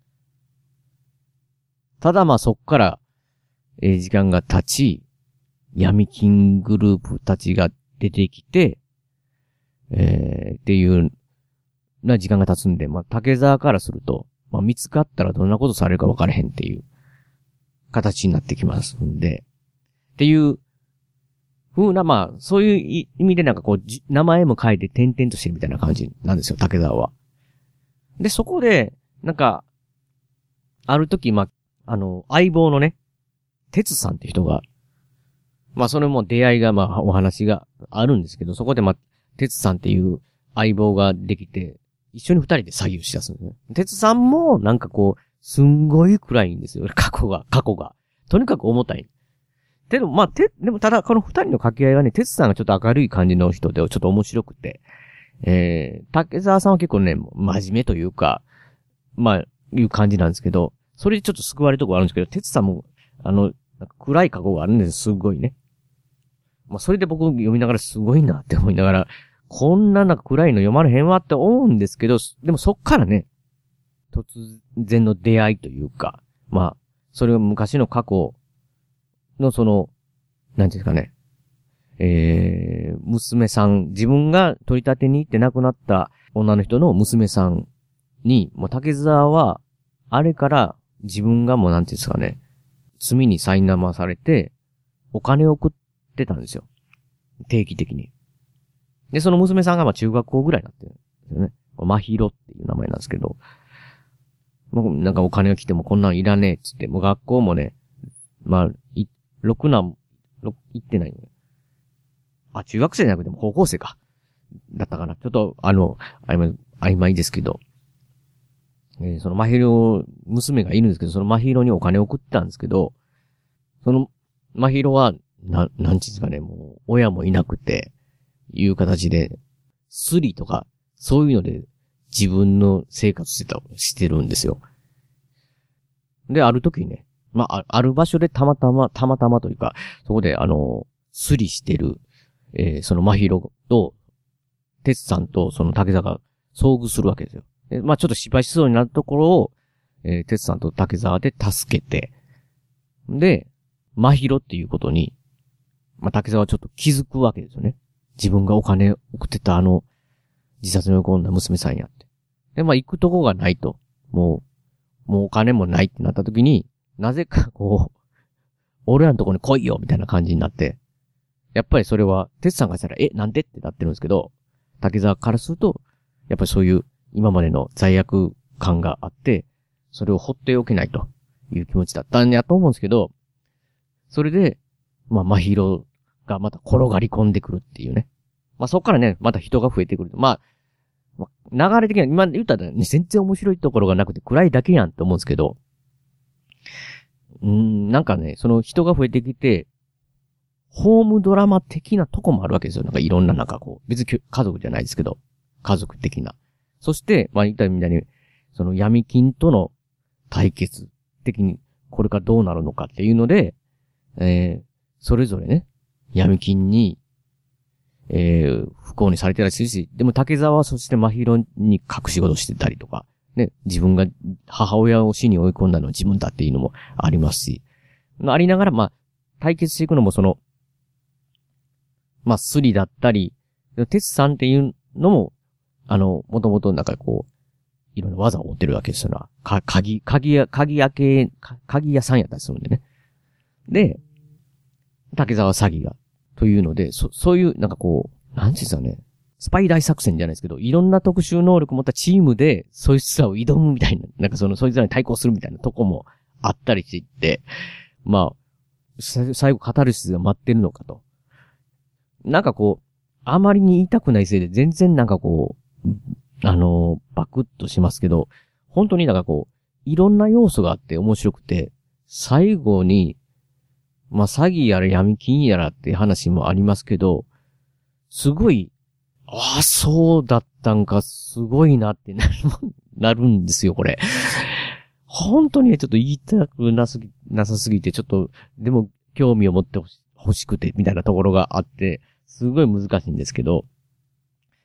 ただまあそっから、えー、時間が経ち、闇金グループたちが出てきて、えー、っていうな時間が経つんで、まあ竹沢からすると、まあ見つかったらどんなことされるか分からへんっていう形になってきますんで、っていう風な、まあそういう意味でなんかこう、名前も書いて点々としてるみたいな感じなんですよ、竹沢は。で、そこで、なんか、ある時、まあ、あの、相棒のね、哲さんって人が、まあ、それも出会いが、まあ、お話があるんですけど、そこで、まあ、哲さんっていう相棒ができて、一緒に二人で作業しだすんですね。哲さんも、なんかこう、すんごい暗いんですよ。過去が、過去が。とにかく重たい。でも、まあ、て、でも、ただ、この二人の掛け合いがね、哲さんがちょっと明るい感じの人で、ちょっと面白くて、えー、竹沢さんは結構ね、真面目というか、まあ、いう感じなんですけど、それでちょっと救われるとこあるんですけど、哲さんも、あの、なんか暗い過去があるんです、すごいね。まあ、それで僕読みながらすごいなって思いながら、こんななんか暗いの読まれへんわって思うんですけど、でもそっからね、突然の出会いというか、まあ、それが昔の過去のその、なんていうんですかね、えー、娘さん、自分が取り立てに行って亡くなった女の人の娘さんに、もう竹沢は、あれから自分がもうなんていうんですかね、罪に苛まされて、お金を送ってたんですよ。定期的に。で、その娘さんがまあ中学校ぐらいになってるんですよね。まひろっていう名前なんですけど、もうなんかお金が来てもこんなんいらねえって言って、もう学校もね、まあ、い、ろくな、ろ行ってないのね。あ、中学生じゃなくても高校生か。だったかな。ちょっと、あの、曖昧、曖昧ですけど、えー、そのまひろ、娘がいるんですけど、そのまひろにお金を送ったんですけど、そのまひろは、な、なんちんですかね、もう、親もいなくて、いう形で、スリとか、そういうので、自分の生活してた、してるんですよ。で、ある時にね、まあ、ある場所でたまたま、たまたまというか、そこで、あの、スリしてる、えー、そのまひろと、てつさんとその竹沢が遭遇するわけですよ。で、まあちょっと失敗しそうになるところを、えー、てつさんと竹沢で助けて、で、まひろっていうことに、まあ竹沢はちょっと気づくわけですよね。自分がお金を送ってたあの、自殺に追い込んだ娘さんやって。で、まあ行くとこがないと。もう、もうお金もないってなった時に、なぜかこう、俺らのとこに来いよみたいな感じになって、やっぱりそれは、てつさんがしたら、え、なんでってなってるんですけど、竹沢からすると、やっぱりそういう今までの罪悪感があって、それを放っておけないという気持ちだったんやと思うんですけど、それで、まあ、まひろがまた転がり込んでくるっていうね。まあ、そこからね、また人が増えてくる。まあ、流れ的には、今言ったらね、全然面白いところがなくて暗いだけやんって思うんですけど、うーん、なんかね、その人が増えてきて、ホームドラマ的なとこもあるわけですよ。なんかいろんななんかこう、別に家族じゃないですけど、家族的な。そして、まあ言ったみたいに、その闇金との対決的に、これからどうなるのかっていうので、えー、それぞれね、闇金に、えー、不幸にされてたりするし、でも竹沢はそして真宙に隠し事してたりとか、ね、自分が母親を死に追い込んだのは自分だっていうのもありますし、ありながら、まあ、対決していくのもその、まあ、スリだったり、テツさんっていうのも、あの、もともとなんかこう、いろんな技を持ってるわけですよな。か、鍵、鍵や、鍵屋系、鍵屋さんやったりするんでね。で、竹沢詐欺が、というので、そ、そういう、なんかこう、なんていうんですかね、スパイ大作戦じゃないですけど、いろんな特殊能力を持ったチームで、そいつらを挑むみたいな、なんかその、そいつらに対抗するみたいなとこもあったりして、まあ、最後カタルシスが待ってるのかと。なんかこう、あまりに言いたくないせいで全然なんかこう、あのー、バクッとしますけど、本当になんかこう、いろんな要素があって面白くて、最後に、まあ、詐欺やら闇金やらって話もありますけど、すごい、ああ、そうだったんか、すごいなってなる、なるんですよ、これ。本当にね、ちょっと言いたくなすぎ、なさすぎて、ちょっと、でも、興味を持ってほし、欲しくて、みたいなところがあって、すごい難しいんですけど、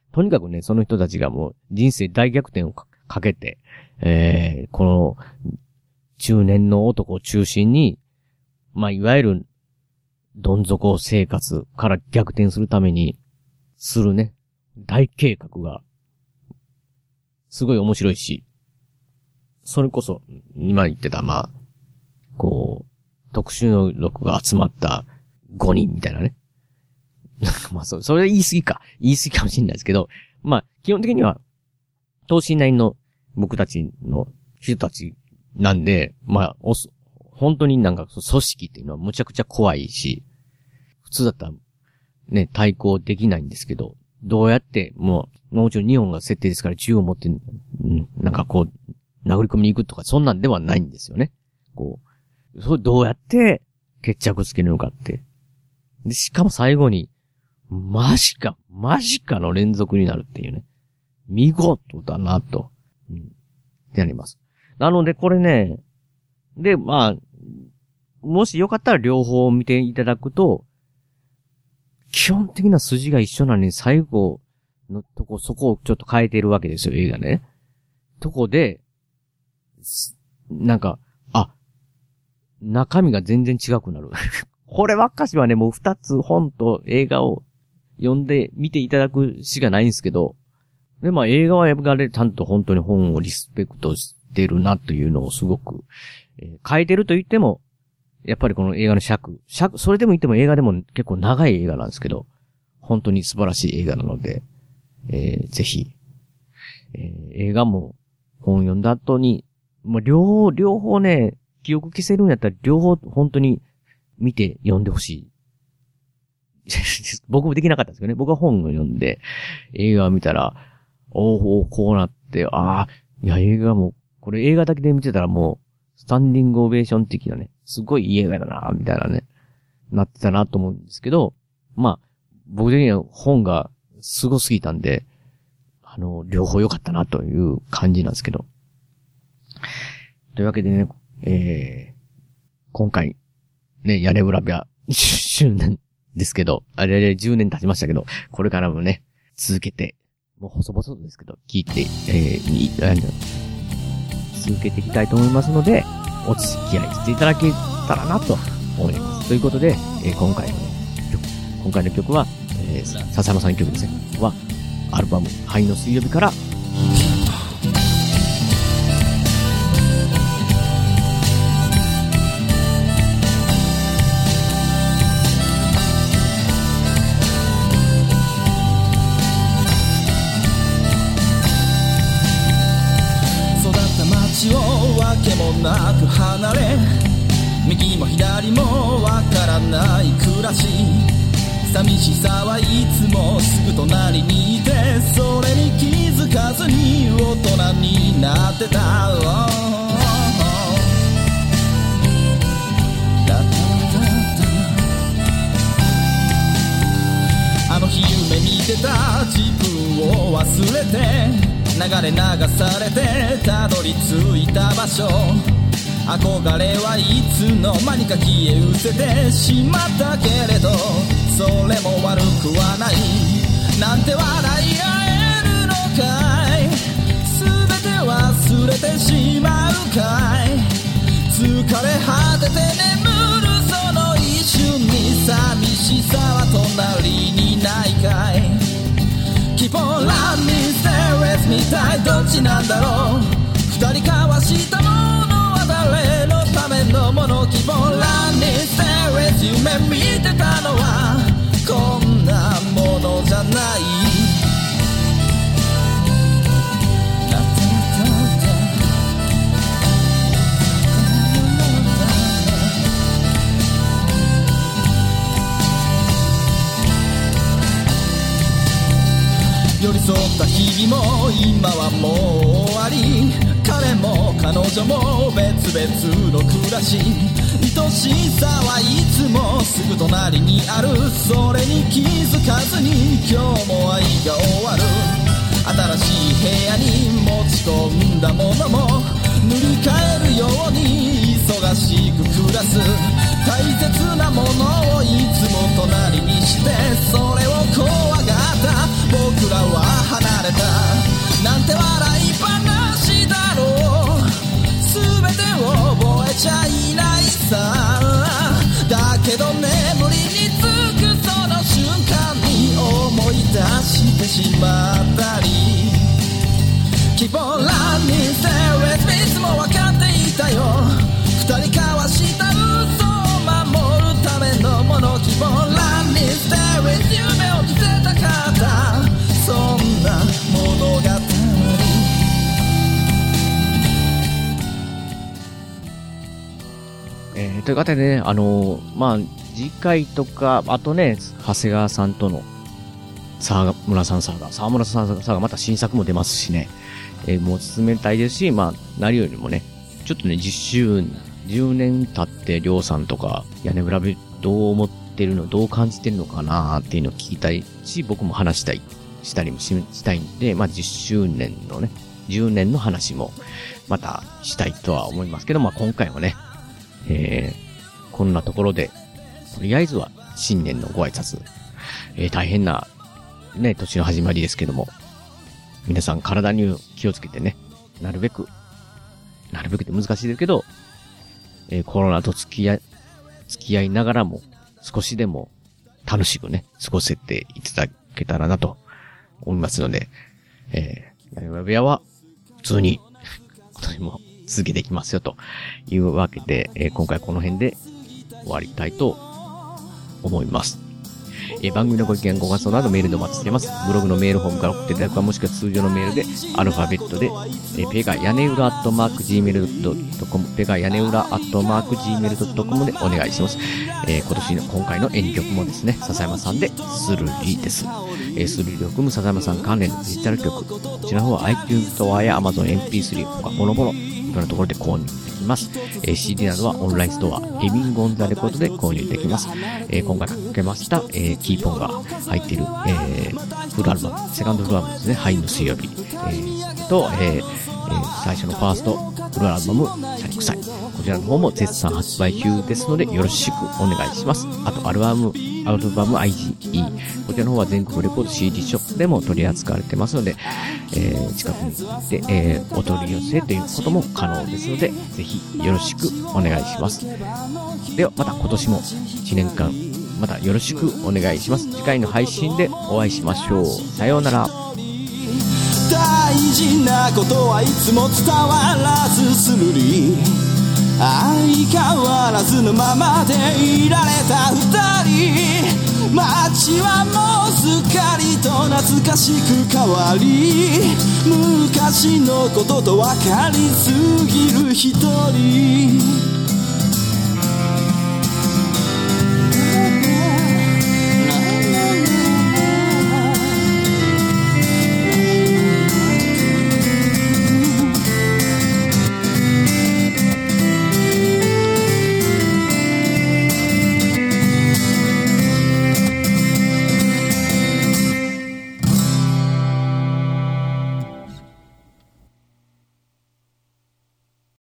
とにかくね、その人たちがもう人生大逆転をかけて、えー、この中年の男を中心に、まあ、いわゆるどん底生活から逆転するためにするね、大計画がすごい面白いし、それこそ今言ってた、まあ、こう、特殊能力が集まったごにんみたいなね。まあ、そ、それ言い過ぎか。言い過ぎかもしれないですけど、まあ、基本的には、等身大の僕たちの人たちなんで、まあ、おそ、本当になんか組織っていうのはむちゃくちゃ怖いし、普通だったらね、対抗できないんですけど、どうやって、もう、もちろん日本が設定ですから銃を持って、うん、なんかこう、殴り込みに行くとか、そんなんではないんですよね。こう、それどうやって決着つけるのかって。で、しかも最後に、マジか、マジかの連続になるっていうね。見事だなと。うん。ってなります。なので、これね、で、まあ、もしよかったら両方見ていただくと、基本的な筋が一緒なのに最後のとこ、そこをちょっと変えてるわけですよ、映画ね。とこで、なんか、あ、中身が全然違くなる。こればっかしはね、もう二つ本と映画を読んで見ていただくしかないんですけど、で、まあ映画は映画でちゃんと本当に本をリスペクトしてるなというのをすごく、えー、変えてると言っても、やっぱりこの映画の尺、尺、それでも言っても映画でも結構長い映画なんですけど、本当に素晴らしい映画なので、えー、ぜひ、えー、映画も本読んだ後に、まあ、両方、両方ね、記憶消せるんやったら両方本当に見て読んでほしい。僕もできなかったんですけどね。僕は本を読んで、映画を見たら、おおこうなって、ああ、いや映画も、これ映画だけで見てたらもう、スタンディングオベーション的なね、すごいいい映画だな、みたいなね、なってたなと思うんですけど、まあ、僕的には本がすごすぎたんで、あの、両方良かったなという感じなんですけど。というわけでね、えー、今回、ね、屋根裏部屋、じゅうねんですけど、あれれじゅうねん経ちましたけど、これからもね、続けて、もう細々ですけど、聞いて、えー、い、続けていきたいと思いますので、お付き合いしていただけたらなと思います。ということで、えー、今回の曲、今回の曲は、えー、笹山さん曲ですね。は、アルバム、灰の水曜日から、 わけもなく離れ右も左もわからない暮らし寂しさはいつもすぐ隣にいてそれに気づかずに大人になってた、oh, oh, oh. あの日夢見てた自分を忘れて流れ流されてたどり着いた場所憧れはいつの間にか消え失せてしまったけれどそれも悪くはないなんて笑い合えるのかい全て忘れてしまうかい疲れ果てて眠るその一瞬に寂しさは隣にないかいKeep on running, stay with me たいどっちなんだろう二人交わしたものは誰のためのもの Keep on running, stay with you 夢見てたのはこんなものじゃない寄り添った日々も今はもう終わり彼も彼女も別々の暮らし愛しさはいつもすぐ隣にあるそれに気づかずに今日も愛が終わる新しい部屋に持ち込んだものも塗り替えるように忙しく暮らす大切なものをいつも隣にしてそれを怖がった僕らはけど眠りにつくその瞬間に思い出してしまったり Keep on running, stay with me いつも分かっていたよ二人交わした嘘を守るためのもの Keep on running, stay with you 夢を見せたかったそんな物語えー、ということでね、あのー、まあ、次回とか、あとね、長谷川さんとの沢村さんサーガ、沢村さんサーガ、また新作も出ますしね、えー、もう進めたいですし、まあ、何よりもね、ちょっとね、じゅっしゅうねん、じゅうねん経って、りょうさんとか、屋根裏部どう思ってるの、どう感じてるのかなーっていうのを聞きたいし、僕も話したい、したりもししたいんで、まあ、じゅっしゅうねんのね、じゅうねんの話も、またしたいとは思いますけど、まあ、今回はね、えー、こんなところで、とりあえずは新年のご挨拶、えー、大変な、ね、年の始まりですけども、皆さん体に気をつけてね、なるべく、なるべくって難しいですけど、えー、コロナと付き合い、付き合いながらも、少しでも楽しくね、過ごせていただけたらなと思いますので、えー、屋根裏部屋は普通に、今年も続けていきますよというわけで、えー、今回この辺で終わりたいと思います。えー、番組のご意見ご感想などメールでお待ちしています。ブログのメールフォームから送っていただくか、もしくは通常のメールでアルファベットで、えー、ペガ屋根裏アットマーク ジーメールドットコム ペガ屋根裏アットマーク ジーメールドットコム でお願いします。えー、今年の今回の演曲もですね、笹山さんでスルリです。えー、スルリを含む笹山さん関連のデジタル曲、こちらの方は iTunes ストアや Amazon エムピースリー 他ボロボロいろんなところで購入できます。えー、シーディー などはオンラインストア、ヘビングオンザレコードで購入できます。えー、今回かけました、えー、キーポンが入っている、えー、フルアルバム、セカンドフルアルバムですね、ハイの水曜日、えー、と、えーえー、最初のファーストフルアルバム、シャリクサイ。こちらの方も絶賛発売中ですので、よろしくお願いします。あと、アルバム、アルバム アイジーイー。こちらの方は全国レコード シーディー ショップでも取り扱われてますので、えー、近くに行って、えー、お取り寄せということも可能ですので、ぜひよろしくお願いします。では、また今年もいちねんかん、またよろしくお願いします。次回の配信でお会いしましょう。さようなら。 大事なことはいつも伝わらずするり相変わらずのままでいられた二人街はもうすっかりと懐かしく変わり昔のことと分かりすぎる一人